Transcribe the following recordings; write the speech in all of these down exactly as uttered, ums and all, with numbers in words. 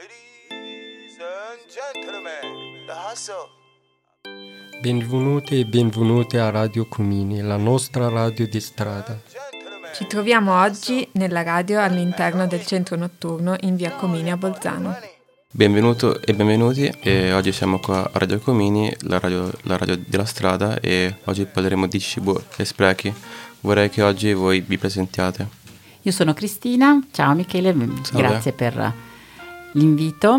Ladies and gentlemen, the hustle. Benvenuti e benvenute a Radio Comini, la nostra radio di strada. Ci troviamo oggi nella radio all'interno del centro notturno in via Comini a Bolzano. Benvenuto e benvenuti, e oggi siamo qua a Radio Comini, la radio, la radio della strada, e oggi parleremo di cibo e sprechi. Vorrei che oggi voi vi presentiate. Io sono Cristina, ciao Michele, Salve. Grazie per l'invito.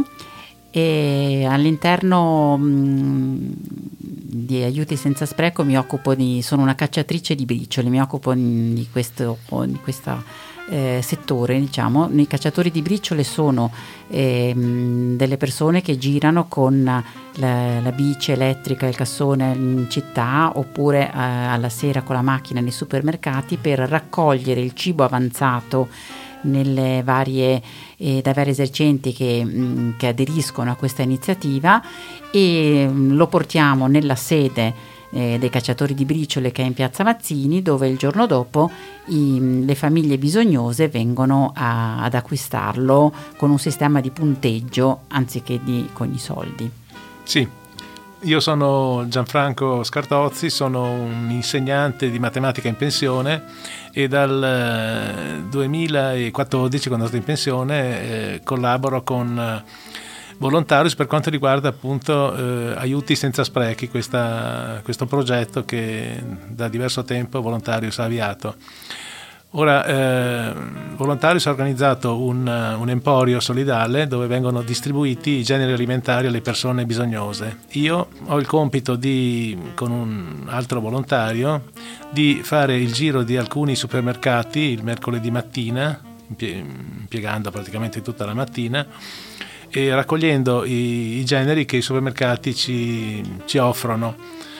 E all'interno mh, di Aiuti Senza Spreco mi occupo di, sono una cacciatrice di briciole, mi occupo di questo di questa, eh, settore, diciamo. I cacciatori di briciole sono eh, mh, delle persone che girano con la, la bici elettrica, il cassone in città, oppure eh, alla sera con la macchina nei supermercati per raccogliere il cibo avanzato nelle varie eh, dai vari esercenti che, mh, che aderiscono a questa iniziativa, e mh, lo portiamo nella sede eh, dei cacciatori di briciole, che è in Piazza Mazzini, dove il giorno dopo i, le famiglie bisognose vengono a, ad acquistarlo con un sistema di punteggio anziché di, con i soldi. Sì, io sono Gianfranco Scartozzi, sono un insegnante di matematica in pensione, e dal duemilaquattordici, quando sono in pensione, eh, collaboro con eh, Volontarius per quanto riguarda appunto eh, Aiuti Senza Sprechi, questa, questo progetto che da diverso tempo Volontarius ha avviato. Ora, eh, Volontarius ha organizzato un, un emporio solidale dove vengono distribuiti i generi alimentari alle persone bisognose. Io ho il compito di, con un altro volontario, di fare il giro di alcuni supermercati il mercoledì mattina, impiegando praticamente tutta la mattina, e raccogliendo i, i generi che i supermercati ci, ci offrono.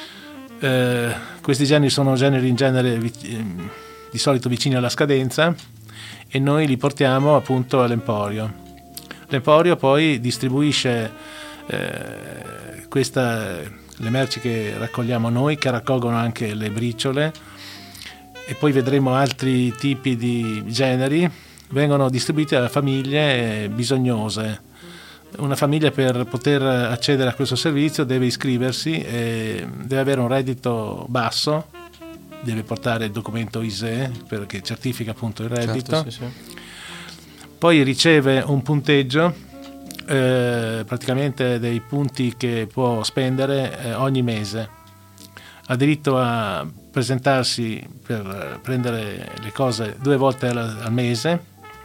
Eh, questi generi sono generi in genere di solito vicini alla scadenza, e noi li portiamo appunto all'emporio. L'emporio poi distribuisce eh, questa, le merci che raccogliamo noi, che raccolgono anche le briciole, e poi vedremo altri tipi di generi, vengono distribuiti alle famiglie bisognose. Una famiglia, per poter accedere a questo servizio, deve iscriversi e deve avere un reddito basso, deve portare il documento I S E E perché certifica appunto il reddito. Certo, sì, sì. Poi riceve un punteggio, eh, praticamente dei punti che può spendere eh, ogni mese. Ha diritto a presentarsi per prendere le cose due volte al, al mese,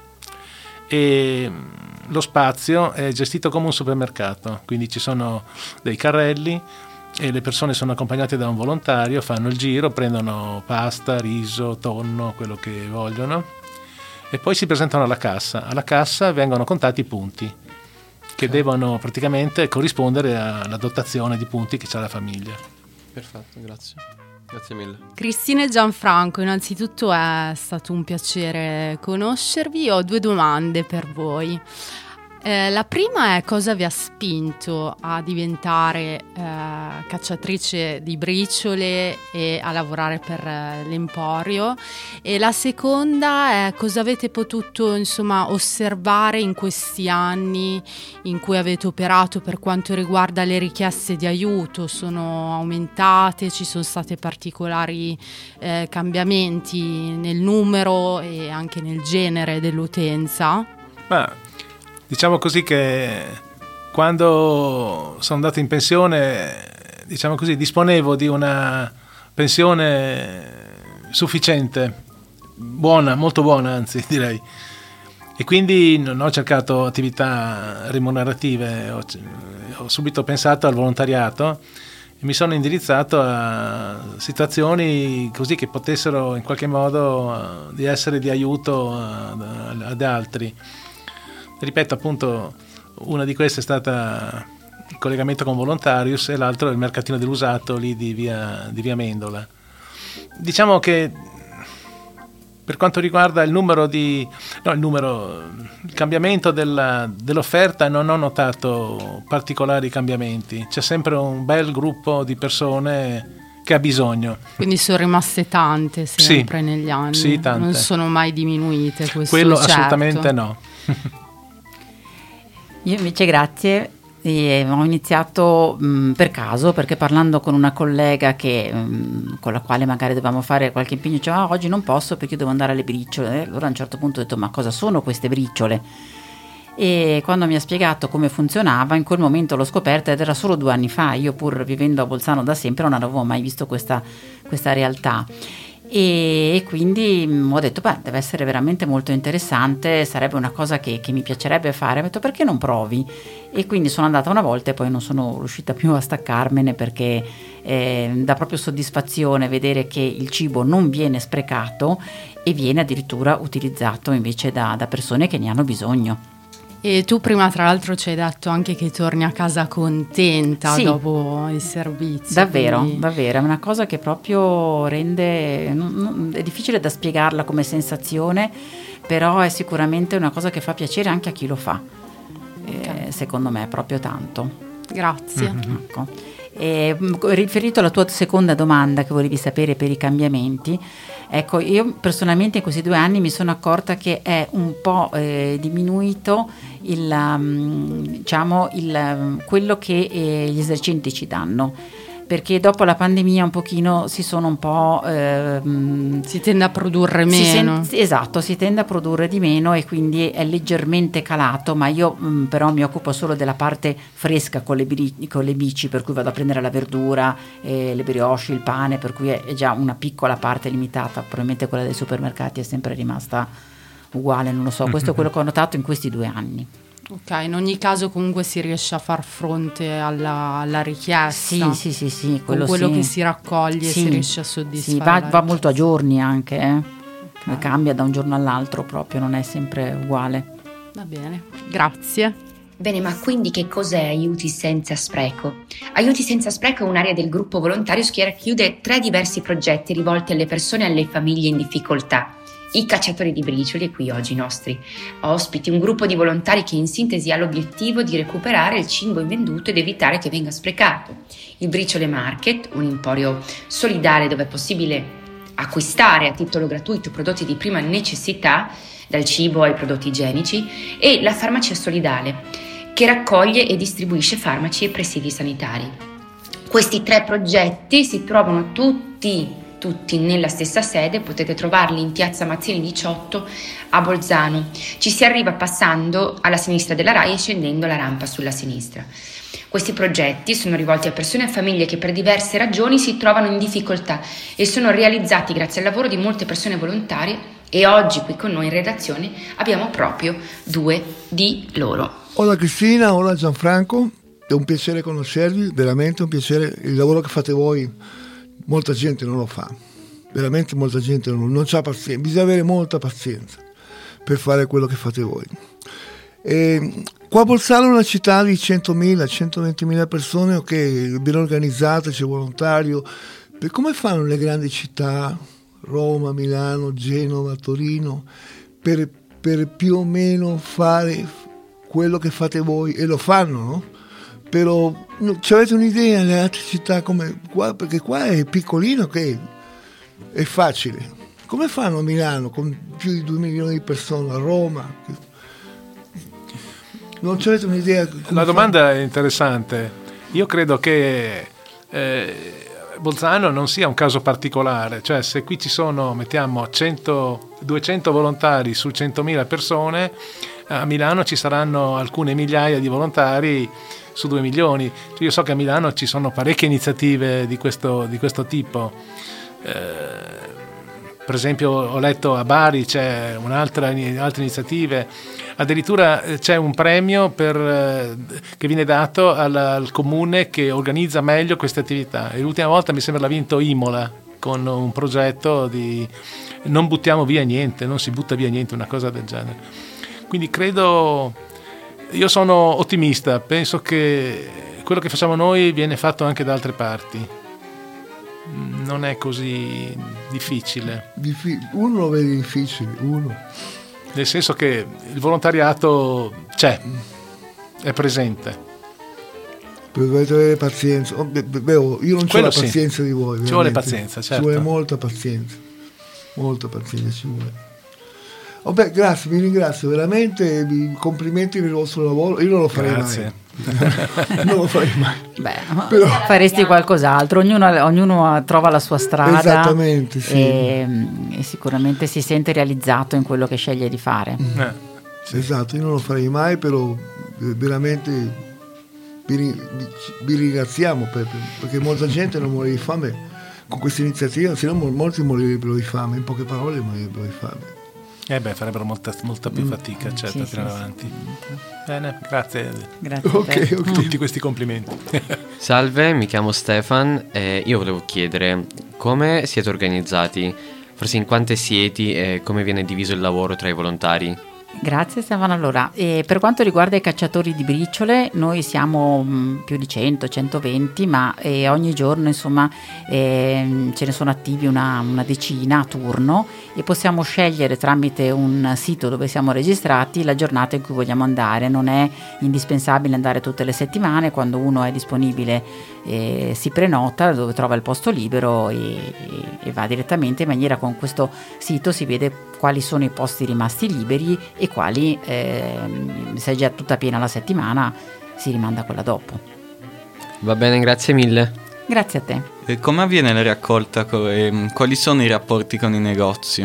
e lo spazio è gestito come un supermercato, quindi ci sono dei carrelli e le persone sono accompagnate da un volontario, fanno il giro, prendono pasta, riso, tonno, quello che vogliono, e poi si presentano alla cassa. Alla cassa vengono contati i punti che Okay. devono praticamente corrispondere alla dotazione di punti che ha la famiglia. Perfetto, grazie. Grazie mille. Cristina e Gianfranco, innanzitutto è stato un piacere conoscervi. Ho due domande per voi. Eh, la prima è: cosa vi ha spinto a diventare eh, cacciatrice di briciole e a lavorare per eh, l'emporio? E la seconda è: cosa avete potuto insomma osservare in questi anni in cui avete operato per quanto riguarda le richieste di aiuto? Sono aumentate? Ci sono stati particolari eh, cambiamenti nel numero e anche nel genere dell'utenza? Ma diciamo così che quando sono andato in pensione, diciamo così, disponevo di una pensione sufficiente, buona, molto buona anzi direi, e quindi non ho cercato attività remunerative, ho, ho subito pensato al volontariato e mi sono indirizzato a situazioni così che potessero in qualche modo uh, di essere di aiuto ad, ad altri. Ripeto, appunto, una di queste è stata il collegamento con Volontarius, e l'altro è il mercatino dell'usato lì di via, di via Mendola. Diciamo che per quanto riguarda il numero di no il numero il cambiamento della, dell'offerta, non ho notato particolari cambiamenti. C'è sempre un bel gruppo di persone che ha bisogno. Quindi sono rimaste tante sempre sì, negli anni, sì, tante. Non sono mai diminuite, questo Quello certo. Assolutamente no. Io invece grazie. E ho iniziato mh, per caso, perché parlando con una collega che, mh, con la quale magari dovevamo fare qualche impegno, diceva ah, oggi non posso perché io devo andare alle briciole. E allora a un certo punto ho detto ma cosa sono queste briciole? E quando mi ha spiegato come funzionava, in quel momento l'ho scoperta ed era solo due anni fa. Io pur vivendo a Bolzano da sempre non avevo mai visto questa, questa realtà. E quindi ho detto beh, deve essere veramente molto interessante, sarebbe una cosa che, che mi piacerebbe fare. Ho detto perché non provi? E quindi sono andata una volta e poi non sono riuscita più a staccarmene, perché eh, dà proprio soddisfazione vedere che il cibo non viene sprecato e viene addirittura utilizzato invece da, da persone che ne hanno bisogno. E tu prima tra l'altro ci hai detto anche che torni a casa contenta sì, dopo il servizio. Davvero, quindi... davvero, è una cosa che proprio rende, non, non, è difficile da spiegarla come sensazione, però è sicuramente una cosa che fa piacere anche a chi lo fa, okay. eh, secondo me proprio tanto. Grazie. Mm-hmm. Ecco. E, riferito alla tua seconda domanda che volevi sapere per i cambiamenti, ecco, io personalmente in questi due anni mi sono accorta che è un po' eh, diminuito il, um, diciamo il, quello che eh, gli esercenti ci danno, perché dopo la pandemia un pochino si sono un po' ehm, si tende a produrre meno. Sen- esatto, si tende a produrre di meno e quindi è leggermente calato, ma io mh, però mi occupo solo della parte fresca con le, bri- con le bici, per cui vado a prendere la verdura, eh, le brioche, il pane, per cui è, è già una piccola parte limitata. Probabilmente quella dei supermercati è sempre rimasta uguale, non lo so, questo è quello che ho notato in questi due anni. Ok, in ogni caso comunque si riesce a far fronte alla, alla richiesta. Sì, sì, sì, sì, quello, con quello sì. che si raccoglie sì, si riesce a soddisfare. Sì, va, va molto a giorni anche, eh. Okay. Cambia da un giorno all'altro, proprio non è sempre uguale. Va bene, grazie. Bene, ma quindi che cos'è Aiuti Senza Spreco? Aiuti Senza Spreco è un'area del gruppo volontario che racchiude tre diversi progetti rivolti alle persone e alle famiglie in difficoltà. I cacciatori di bricioli, e qui oggi i nostri ospiti, un gruppo di volontari che in sintesi ha l'obiettivo di recuperare il cibo invenduto ed evitare che venga sprecato. Il Briciole Market, un emporio solidale dove è possibile acquistare a titolo gratuito prodotti di prima necessità, dal cibo ai prodotti igienici, e la Farmacia Solidale, che raccoglie e distribuisce farmaci e presidi sanitari. Questi tre progetti si trovano tutti tutti nella stessa sede, potete trovarli in piazza Mazzini diciotto a Bolzano. Ci si arriva passando alla sinistra della RAI e scendendo la rampa sulla sinistra. Questi progetti sono rivolti a persone e famiglie che per diverse ragioni si trovano in difficoltà e sono realizzati grazie al lavoro di molte persone volontarie, e oggi qui con noi in redazione abbiamo proprio due di loro. Hola Cristina, hola Gianfranco, è un piacere conoscervi, veramente un piacere. Il lavoro che fate voi molta gente non lo fa, veramente molta gente non, non c'ha pazienza, bisogna avere molta pazienza per fare quello che fate voi. E qua a Bolzano è una città di centomila, centoventimila persone, ok, ben organizzata, c'è volontario. Per come fanno le grandi città, Roma, Milano, Genova, Torino, per, per più o meno fare quello che fate voi? E lo fanno, no? Però no, avete un'idea nelle altre città come qua? Perché qua è piccolino, che è facile. Come fanno a Milano con più di due milioni di persone, a Roma? Non avete un'idea? La domanda fanno? È interessante. Io credo che eh, Bolzano non sia un caso particolare, cioè se qui ci sono, mettiamo, cento, duecento volontari su centomila persone, a Milano ci saranno alcune migliaia di volontari su due milioni. Cioè io so che a Milano ci sono parecchie iniziative di questo, di questo tipo. Eh, per esempio ho letto a Bari c'è un'altra altre iniziative, addirittura c'è un premio per, eh, che viene dato al, al comune che organizza meglio queste attività, e l'ultima volta mi sembra l'ha vinto Imola con un progetto di non buttiamo via niente, non si butta via niente, una cosa del genere. Quindi credo, io sono ottimista, penso che quello che facciamo noi viene fatto anche da altre parti, non è così difficile. Uno lo vede difficile, uno. Nel senso che il volontariato c'è, è presente. Dovete avere pazienza. Beh, io non ho la pazienza sì. di voi. Veramente. Ci vuole pazienza, certo. Ci vuole molta pazienza, molta pazienza ci vuole. Oh beh, grazie, vi ringrazio veramente, mi- complimenti per il vostro lavoro. Io non lo farei Grazie. mai. Non lo farei mai. Beh, Però- faresti qualcos'altro, ognuno, ognuno trova la sua strada. Esattamente, sì. e, e sicuramente si sente realizzato in quello che sceglie di fare. Eh. Esatto, io non lo farei mai, però eh, veramente vi, ri- vi- vi ringraziamo per- per- perché molta gente non muore di fame con questa iniziativa, se no mol- molti morirebbero di fame, in poche parole morirebbero di fame. Eh beh, farebbero molta, molta più fatica, certo, Sì, a tirare sì, avanti. Bene, grazie Grazie a Ok, te. per ok. tutti questi complimenti. Salve, mi chiamo Stefan e io volevo chiedere come siete organizzati, forse in quante siete e come viene diviso il lavoro tra i volontari? Grazie Stefano. Allora, eh, per quanto riguarda i cacciatori di briciole, noi siamo mh, più di cento centoventi, ma eh, ogni giorno insomma eh, ce ne sono attivi una, una decina a turno e possiamo scegliere tramite un sito dove siamo registrati la giornata in cui vogliamo andare. Non è indispensabile andare tutte le settimane, quando uno è disponibile eh, si prenota dove trova il posto libero e, e, e va direttamente, in maniera con questo sito si vede quali sono i posti rimasti liberi e quali, ehm, se è già tutta piena la settimana, si rimanda quella dopo. Va bene, grazie mille. Grazie a te. E come avviene la raccolta? Co- ehm, Quali sono i rapporti con i negozi?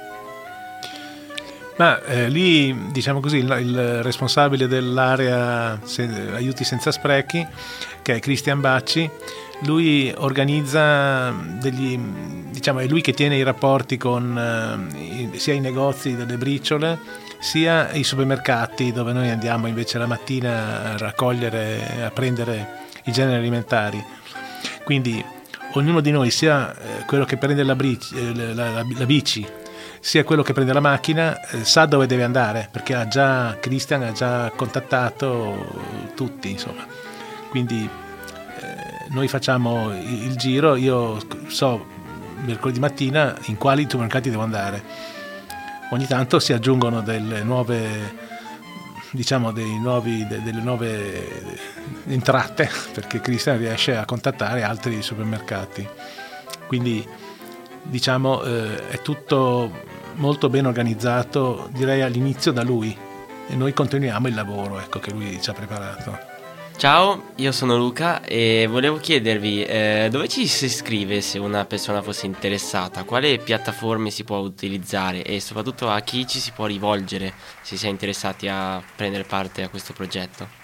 Ma eh, lì, diciamo così, il, il responsabile dell'area se- aiuti senza sprechi, che è Cristian Bacci, lui organizza degli, diciamo, è lui che tiene i rapporti con eh, i- sia i negozi delle briciole sia i supermercati, dove noi andiamo invece la mattina a raccogliere, a prendere i generi alimentari. Quindi ognuno di noi, sia eh, quello che prende la, bric- eh, la, la, la bici, sia quello che prende la macchina, eh, sa dove deve andare, perché ha già Christian ha già contattato tutti, insomma. Quindi eh, noi facciamo il, il giro, io so mercoledì mattina in quali supermercati devo andare. Ogni tanto si aggiungono delle nuove, diciamo dei nuovi, de, delle nuove entrate, perché Christian riesce a contattare altri supermercati. Quindi diciamo eh, è tutto molto ben organizzato, direi all'inizio da lui, e noi continuiamo il lavoro, ecco, che lui ci ha preparato. Ciao, io sono Luca e volevo chiedervi eh, dove ci si iscrive se una persona fosse interessata, quale piattaforme si può utilizzare e soprattutto a chi ci si può rivolgere se si è interessati a prendere parte a questo progetto.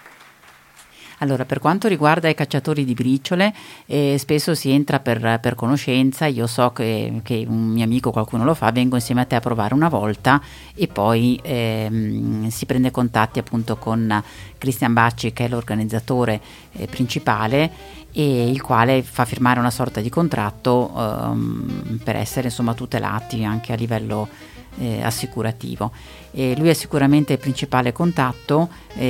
Allora, per quanto riguarda i cacciatori di briciole, eh, spesso si entra per, per conoscenza. Io so che, che un mio amico, qualcuno lo fa, vengo insieme a te a provare una volta e poi ehm, si prende contatti appunto con Cristian Bacci, che è l'organizzatore eh, principale, e il quale fa firmare una sorta di contratto ehm, per essere insomma tutelati anche a livello eh, assicurativo. E lui è sicuramente il principale contatto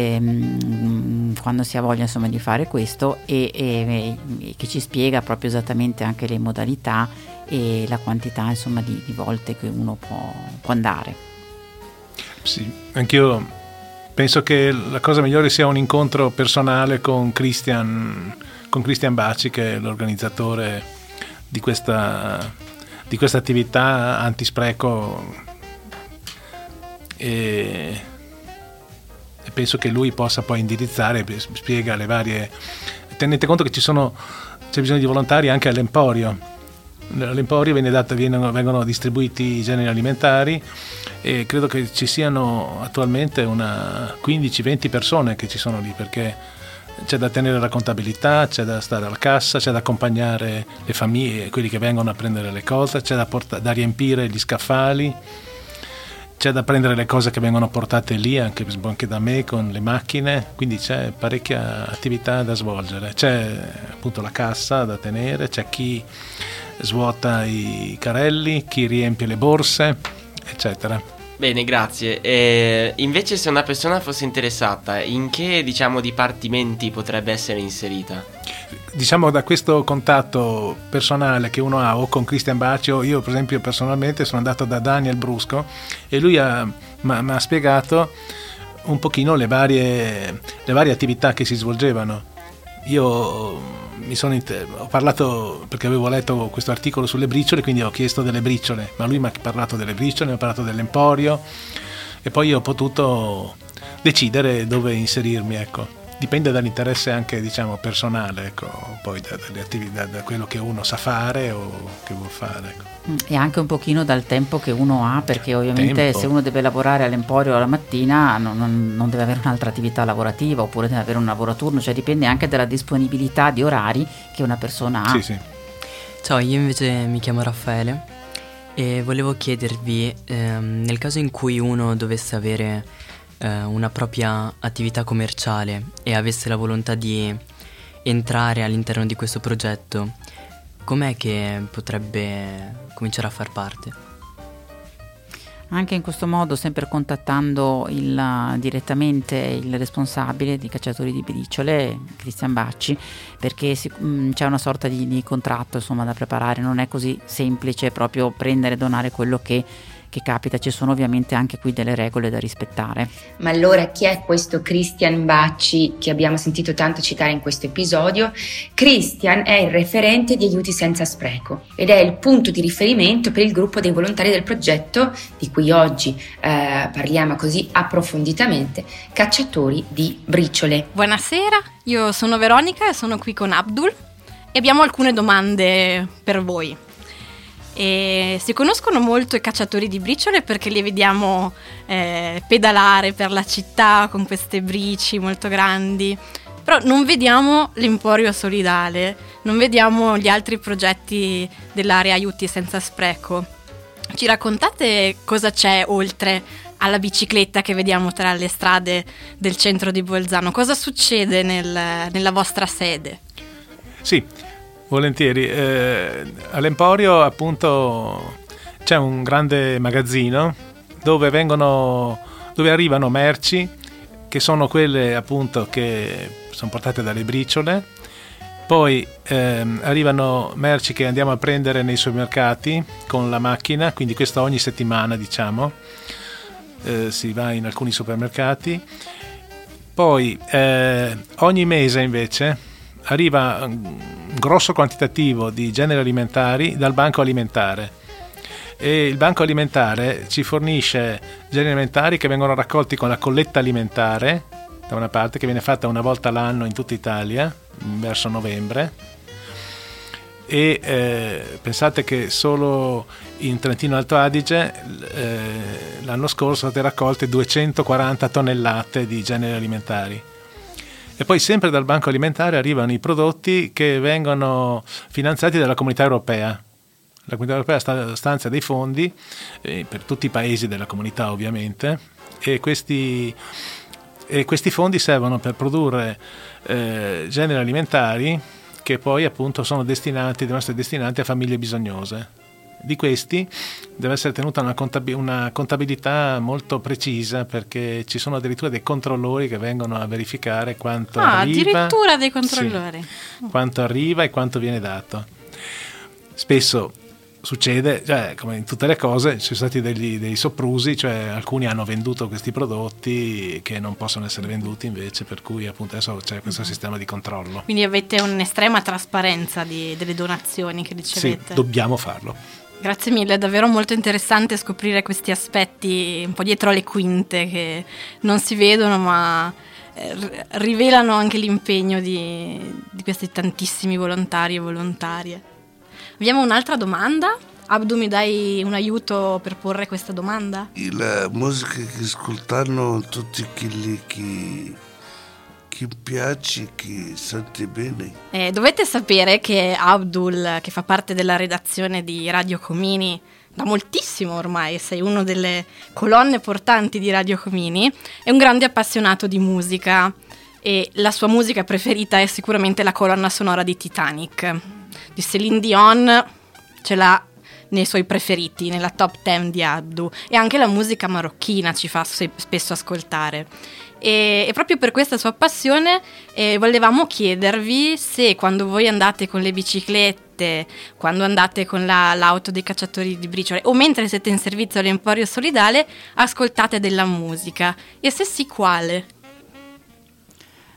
ehm, quando si ha voglia insomma di fare questo, e, e, e che ci spiega proprio esattamente anche le modalità e la quantità insomma di, di volte che uno può, può andare. Sì, anch'io penso che la cosa migliore sia un incontro personale con Christian, con Cristian Bacci, che è l'organizzatore di questa, di questa attività antispreco, e, e penso che lui possa poi indirizzare, spiega le varie. Tenete conto che ci sono, c'è bisogno di volontari anche all'Emporio. All'Emporio viene data, vengono, vengono distribuiti i generi alimentari, e credo che ci siano attualmente una quindici venti persone che ci sono lì, perché c'è da tenere la contabilità, c'è da stare alla cassa, c'è da accompagnare le famiglie, quelli che vengono a prendere le cose, c'è da, porta- da riempire gli scaffali, c'è da prendere le cose che vengono portate lì anche, anche da me con le macchine, quindi c'è parecchia attività da svolgere. C'è appunto la cassa da tenere, c'è chi svuota i carrelli, chi riempie le borse, eccetera. Bene, grazie. E invece, se una persona fosse interessata, in che, diciamo, dipartimenti potrebbe essere inserita? Diciamo, da questo contatto personale che uno ha o con Cristian Bacci, o io per esempio personalmente sono andato da Daniel Brusco e lui mi ha spiegato un pochino le varie, le varie attività che si svolgevano. Io mi sono inter- ho parlato perché avevo letto questo articolo sulle briciole, quindi ho chiesto delle briciole, ma lui mi ha parlato delle briciole, mi ha parlato dell'emporio e poi ho potuto decidere dove inserirmi, ecco. Dipende dall'interesse anche, diciamo, personale, ecco, poi da, dalle attività, da quello che uno sa fare o che vuol fare, ecco. E anche un pochino dal tempo che uno ha, perché ovviamente tempo. Se uno deve lavorare all'emporio la mattina non, non, non deve avere un'altra attività lavorativa, oppure deve avere un lavoro a turno, cioè dipende anche dalla disponibilità di orari che una persona ha. Sì, sì. Ciao, io invece mi chiamo Raffaele e volevo chiedervi, ehm, nel caso in cui uno dovesse avere eh, una propria attività commerciale e avesse la volontà di entrare all'interno di questo progetto, com'è che potrebbe cominciare a far parte? Anche in questo modo, sempre contattando il, direttamente il responsabile di Cacciatori di Briciole, Cristian Bacci, perché si, mh, c'è una sorta di, di contratto, insomma, da preparare. Non è così semplice proprio prendere e donare quello che che capita, ci sono ovviamente anche qui delle regole da rispettare. Ma allora chi è questo Cristian Bacci che abbiamo sentito tanto citare in questo episodio? Cristian è il referente di Aiuti Senza Spreco ed è il punto di riferimento per il gruppo dei volontari del progetto di cui oggi eh, parliamo così approfonditamente, Cacciatori di Briciole. Buonasera, io sono Veronica e sono qui con Abdul e abbiamo alcune domande per voi. E si conoscono molto i cacciatori di briciole perché li vediamo eh, pedalare per la città con queste brici molto grandi, però non vediamo l'Emporio Solidale, non vediamo gli altri progetti dell'area Aiuti Senza Spreco. Ci raccontate cosa c'è oltre alla bicicletta che vediamo tra le strade del centro di Bolzano? Cosa succede nel, nella vostra sede? Sì, volentieri. Eh, all'Emporio appunto c'è un grande magazzino dove vengono dove arrivano merci che sono quelle appunto che sono portate dalle briciole, poi ehm, arrivano merci che andiamo a prendere nei supermercati con la macchina, quindi questo ogni settimana, diciamo, eh, si va in alcuni supermercati. Poi eh, ogni mese invece arriva un grosso quantitativo di generi alimentari dal banco alimentare e il banco alimentare ci fornisce generi alimentari che vengono raccolti con la colletta alimentare, da una parte, che viene fatta una volta l'anno in tutta Italia verso novembre, e eh, pensate che solo in Trentino Alto Adige eh, l'anno scorso sono state raccolte duecentoquaranta tonnellate di generi alimentari. E poi sempre dal banco alimentare arrivano i prodotti che vengono finanziati dalla Comunità Europea. La Comunità Europea stanzia dei fondi eh, per tutti i paesi della comunità, ovviamente, e questi, e questi fondi servono per produrre eh, generi alimentari che poi appunto sono destinati, devono essere destinati a famiglie bisognose. Di questi deve essere tenuta una, contab- una contabilità molto precisa, perché ci sono addirittura dei controllori che vengono a verificare quanto ah, arriva. Addirittura dei controllori. Sì, quanto arriva e quanto viene dato. Spesso succede, cioè, come in tutte le cose, ci sono stati degli, dei soprusi, cioè alcuni hanno venduto questi prodotti che non possono essere venduti invece, per cui appunto adesso c'è questo mm-hmm. sistema di controllo. Quindi avete un'estrema trasparenza di, delle donazioni che ricevete. Sì, dobbiamo farlo. Grazie mille, è davvero molto interessante scoprire questi aspetti un po' dietro le quinte che non si vedono, ma eh, rivelano anche l'impegno di, di questi tantissimi volontari e volontarie. Abbiamo un'altra domanda. Abdu, mi dai un aiuto per porre questa domanda? La musica che ascoltano tutti quelli che... che piace, che sente bene. Eh, dovete sapere che Abdul, che fa parte della redazione di Radio Comini da moltissimo ormai, sei una delle colonne portanti di Radio Comini, è un grande appassionato di musica e la sua musica preferita è sicuramente la colonna sonora di Titanic. Di Céline Dion ce l'ha nei suoi preferiti, nella top dieci di Abdu, e anche la musica marocchina ci fa spesso ascoltare. E, e proprio per questa sua passione eh, volevamo chiedervi se quando voi andate con le biciclette, quando andate con la, l'auto dei cacciatori di briciole o mentre siete in servizio all'Emporio Solidale ascoltate della musica, e se sì, quale?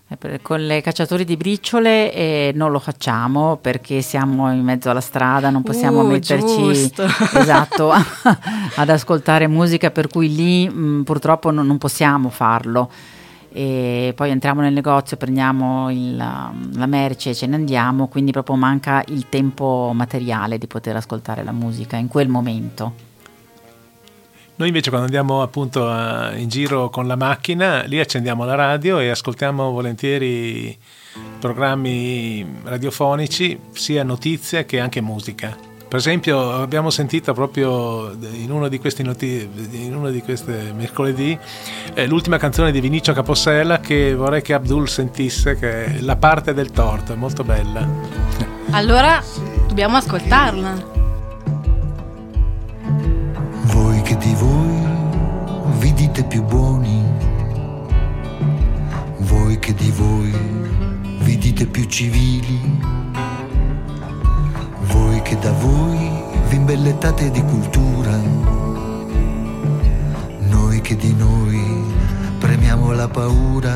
Con le cacciatori di briciole eh, non lo facciamo perché siamo in mezzo alla strada, non possiamo uh, metterci esatto, ad ascoltare musica, per cui lì mh, purtroppo non, non possiamo farlo. E poi entriamo nel negozio, prendiamo il, la merce e ce ne andiamo, quindi proprio manca il tempo materiale di poter ascoltare la musica in quel momento. Noi invece quando andiamo appunto a, in giro con la macchina, lì accendiamo la radio e ascoltiamo volentieri programmi radiofonici, sia notizie che anche musica. Per esempio abbiamo sentito proprio in uno di questi noti- in uno di queste mercoledì eh, l'ultima canzone di Vinicio Capossela, che vorrei che Abdul sentisse, che è La parte del torto, è molto bella. Allora dobbiamo ascoltarla. Voi che di voi vi dite più buoni, voi che di voi vi dite più civili, voi che da voi vi imbellettate di cultura, noi che di noi premiamo la paura,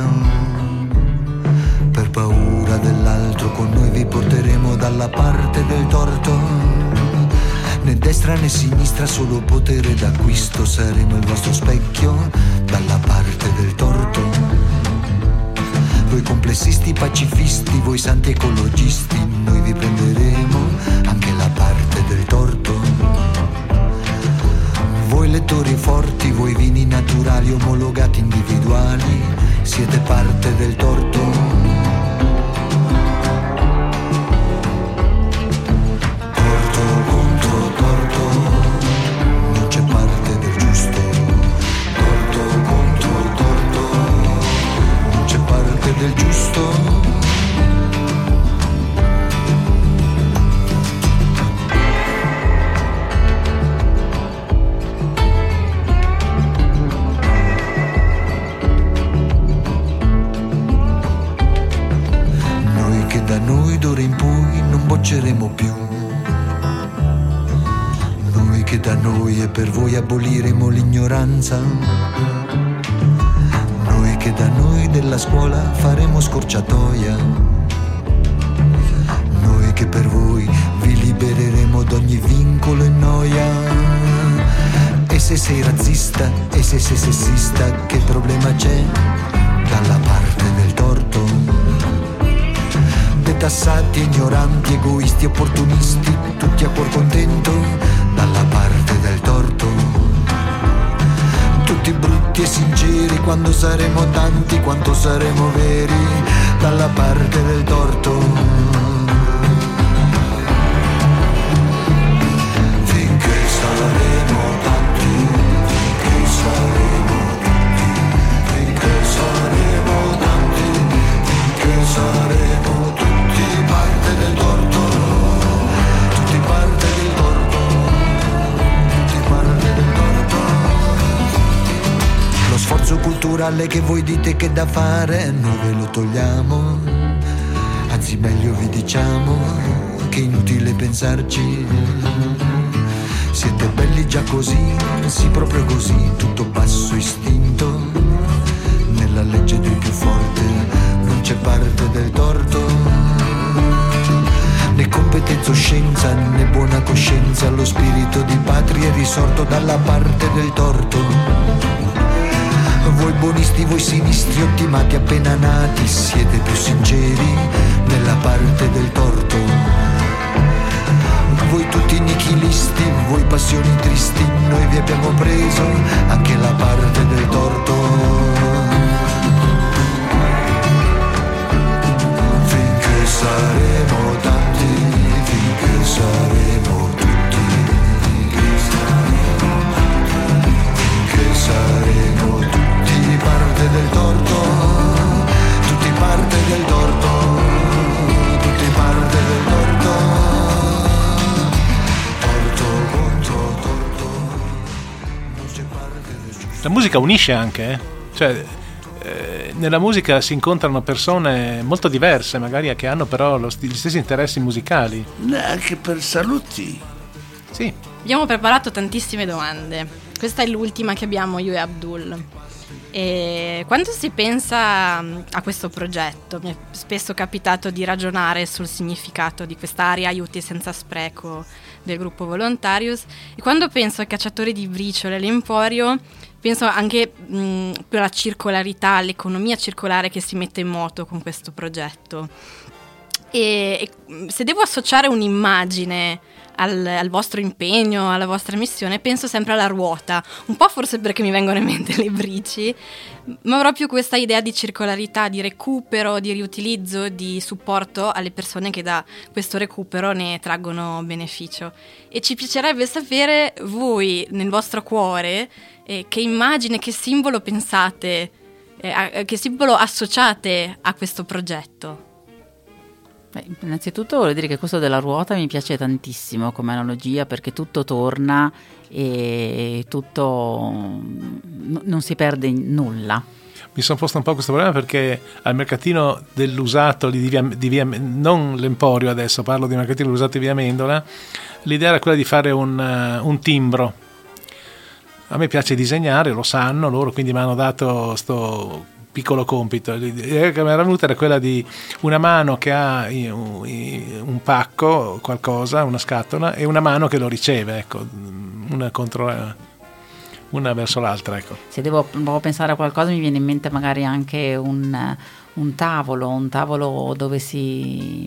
per paura dell'altro con noi vi porteremo dalla parte del torto. Né destra né sinistra, solo potere d'acquisto, saremo il vostro specchio dalla parte del torto. Voi complessisti pacifisti, voi santi ecologisti, noi vi prenderemo anche la parte del torto. Voi lettori forti, voi vini naturali omologati individuali, siete parte del torto. Del giusto. Noi che da noi d'ora in poi non bocceremo più, noi che da noi e per voi aboliremo l'ignoranza, che da noi della scuola faremo scorciatoia, noi che per voi vi libereremo d'ogni vincolo e noia. E se sei razzista, e se sei sessista, che problema c'è dalla parte del torto? Detassati, ignoranti, egoisti, opportunisti, tutti a cuor contento dalla parte del torto. Tutti brutti e sinceri, quando saremo tanti, quanto saremo veri, dalla parte del torto. Finché saremo tanti, finché saremo tutti, finché saremo tanti, finché saremo tutti parte del torto, tutti parte del torto, tutti parte del torto. Lo sforzo culturale che voi dite che è da fare, noi ve lo togliamo, anzi meglio vi diciamo che è inutile pensarci. Siete belli già così, sì proprio così, tutto basso istinto, nella legge del più forte non c'è parte del torto. Né competenza o scienza, né buona coscienza, lo spirito di patria è risorto dalla parte del torto. Voi buonisti, voi sinistri, ottimati appena nati, siete più sinceri nella parte del torto. Voi tutti nichilisti, voi passioni tristi, noi vi abbiamo preso anche la parte del torto. Finché saremo tanti, finché saremo tutti, finché saremo tutti parte del torto, tutti parte del torto, tutti parte del torto, torto contro torto, non c'è parte del giusto. La musica unisce anche, eh? Cioè eh, nella musica si incontrano persone molto diverse, magari che hanno però lo st- gli stessi interessi musicali. Anche per saluti. Sì. Abbiamo preparato tantissime domande. Questa è l'ultima che abbiamo io e Abdul. E quando si pensa a questo progetto, mi è spesso capitato di ragionare sul significato di quest'area Aiuti Senza Spreco del gruppo Volontarius, e quando penso ai cacciatori di briciole, all'Emporio, penso anche mh, più alla circolarità, all'economia circolare che si mette in moto con questo progetto. E, e se devo associare un'immagine al, al vostro impegno, alla vostra missione, penso sempre alla ruota, un po' forse perché mi vengono in mente le brici, ma proprio questa idea di circolarità, di recupero, di riutilizzo, di supporto alle persone che da questo recupero ne traggono beneficio. E ci piacerebbe sapere voi, nel vostro cuore, eh, che immagine, che simbolo pensate, eh, a, che simbolo associate a questo progetto. Beh, innanzitutto voglio dire che questo della ruota mi piace tantissimo come analogia, perché tutto torna e tutto n- non si perde in nulla. Mi sono posto un po' questo problema perché al mercatino dell'usato di via, di via, non l'Emporio adesso, parlo di mercatino dell'usato di via Mendola, l'idea era quella di fare un, uh, un timbro. A me piace disegnare, lo sanno loro, quindi mi hanno dato sto piccolo compito. L'idea che mi era venuta era quella di una mano che ha un pacco, qualcosa, una scatola, e una mano che lo riceve, ecco, una contro una verso l'altra, ecco. Se devo, devo pensare a qualcosa mi viene in mente magari anche un, un tavolo, un tavolo dove si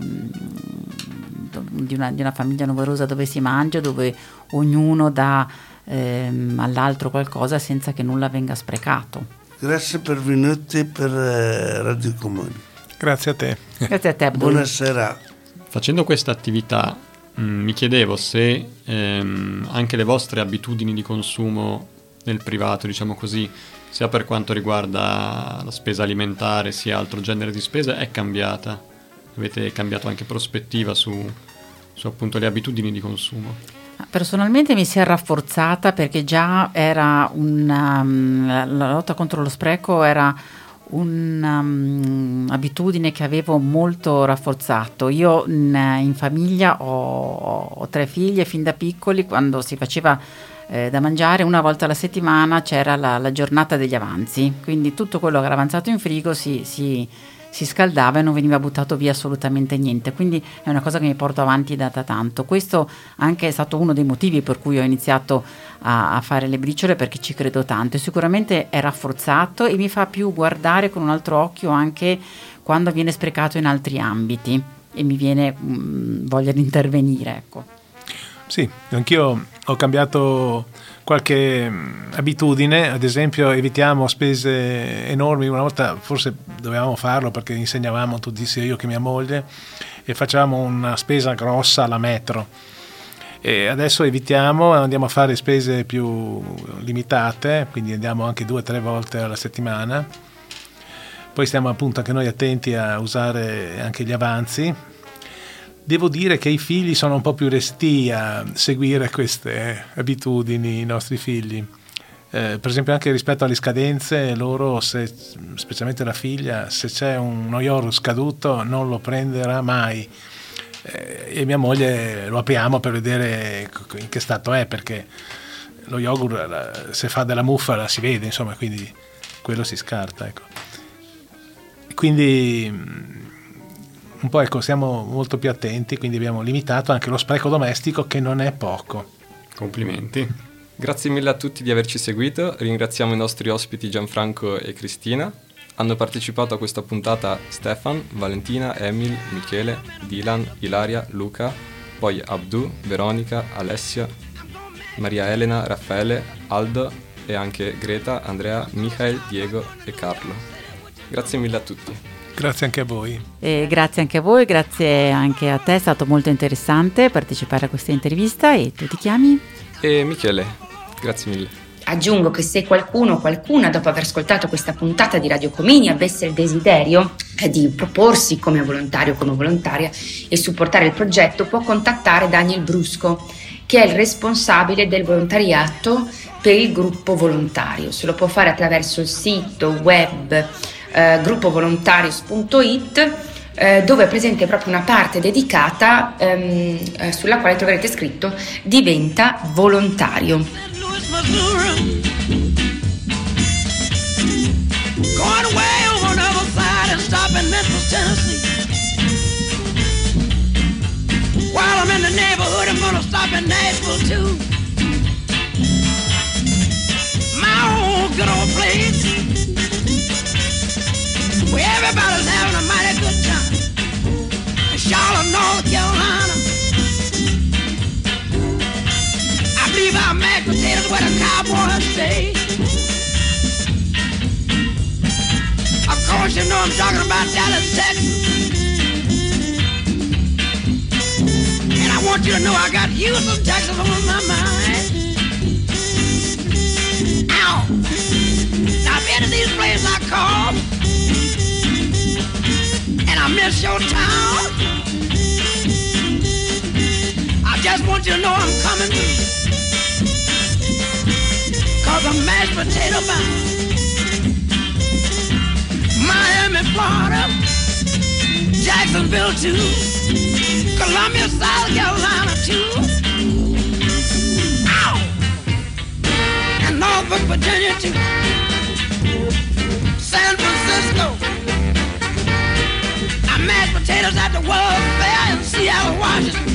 di una, di una famiglia numerosa, dove si mangia, dove ognuno dà ehm, all'altro qualcosa senza che nulla venga sprecato. Grazie per venuti per eh, Radio Comuni. Grazie a te. Grazie a te. Buonasera. Facendo questa attività mh, mi chiedevo se ehm, anche le vostre abitudini di consumo nel privato, diciamo così, sia per quanto riguarda la spesa alimentare sia altro genere di spesa, è cambiata. Avete cambiato anche prospettiva su, su appunto le abitudini di consumo? Personalmente mi si è rafforzata, perché già era una, la, la lotta contro lo spreco era un'abitudine um, che avevo molto rafforzato. Io in, in famiglia ho, ho tre figlie, fin da piccoli, quando si faceva eh, da mangiare una volta alla settimana c'era la, la giornata degli avanzi, quindi tutto quello che era avanzato in frigo si, si si scaldava e non veniva buttato via assolutamente niente, quindi è una cosa che mi porto avanti da, da tanto. Questo anche è stato uno dei motivi per cui ho iniziato a, a fare le briciole, perché ci credo tanto, e sicuramente è rafforzato e mi fa più guardare con un altro occhio anche quando viene sprecato in altri ambiti e mi viene mh, voglia di intervenire, ecco. Sì, anch'io ho cambiato qualche abitudine, ad esempio evitiamo spese enormi. Una volta forse dovevamo farlo perché insegnavamo tutti, sia io che mia moglie, e facevamo una spesa grossa alla metro, e adesso evitiamo, andiamo a fare spese più limitate, quindi andiamo anche due o tre volte alla settimana. Poi stiamo appunto anche noi attenti a usare anche gli avanzi. Devo dire che i figli sono un po' più restii a seguire queste abitudini, i nostri figli. Eh, per esempio anche rispetto alle scadenze, loro, se, specialmente la figlia, se c'è uno yogurt scaduto non lo prenderà mai. Eh, e mia moglie lo apriamo per vedere in che stato è, perché lo yogurt, se fa della muffa, la si vede, insomma, quindi quello si scarta, ecco. Quindi un po', ecco, siamo molto più attenti, quindi abbiamo limitato anche lo spreco domestico, che non è poco. Complimenti. Grazie mille a tutti di averci seguito, ringraziamo i nostri ospiti Gianfranco e Cristina. Hanno partecipato a questa puntata Stefan, Valentina, Emil, Michele, Dylan, Ilaria, Luca, poi Abdu, Veronica, Alessia, Maria Elena, Raffaele, Aldo e anche Greta, Andrea, Michael, Diego e Carlo. Grazie mille a tutti. Grazie anche a voi. E grazie anche a voi, grazie anche a te, è stato molto interessante partecipare a questa intervista. E tu ti chiami? E Michele, grazie mille. Aggiungo che se qualcuno o qualcuna, dopo aver ascoltato questa puntata di Radio Comini, avesse il desiderio di proporsi come volontario o come volontaria e supportare il progetto, può contattare Daniel Brusco, che è il responsabile del volontariato per il gruppo volontario. Se lo può fare attraverso il sito web Uh, gruppo volontarius punto it, uh, dove è presente proprio una parte dedicata um, uh, sulla quale troverete scritto diventa volontario. Memphis, Tennessee. While I'm in the neighborhood, I'm gonna stop in Nashville too. My own good old place, where everybody's having a mighty good time. In Charlotte, North Carolina, I believe our mashed potatoes where the cowboys stay. Of course, you know I'm talking about Dallas, Texas. And I want you to know I got Houston, Texas on my mind. Ow! Now, I've been to these places I call, and I miss your town. I just want you to know I'm coming through, 'cause I'm mashed potato bound. Miami, Florida, Jacksonville too, Columbia, South Carolina too, ow, and Norfolk, Virginia too, San Francisco. I mashed potatoes at the World Fair in Seattle, Washington.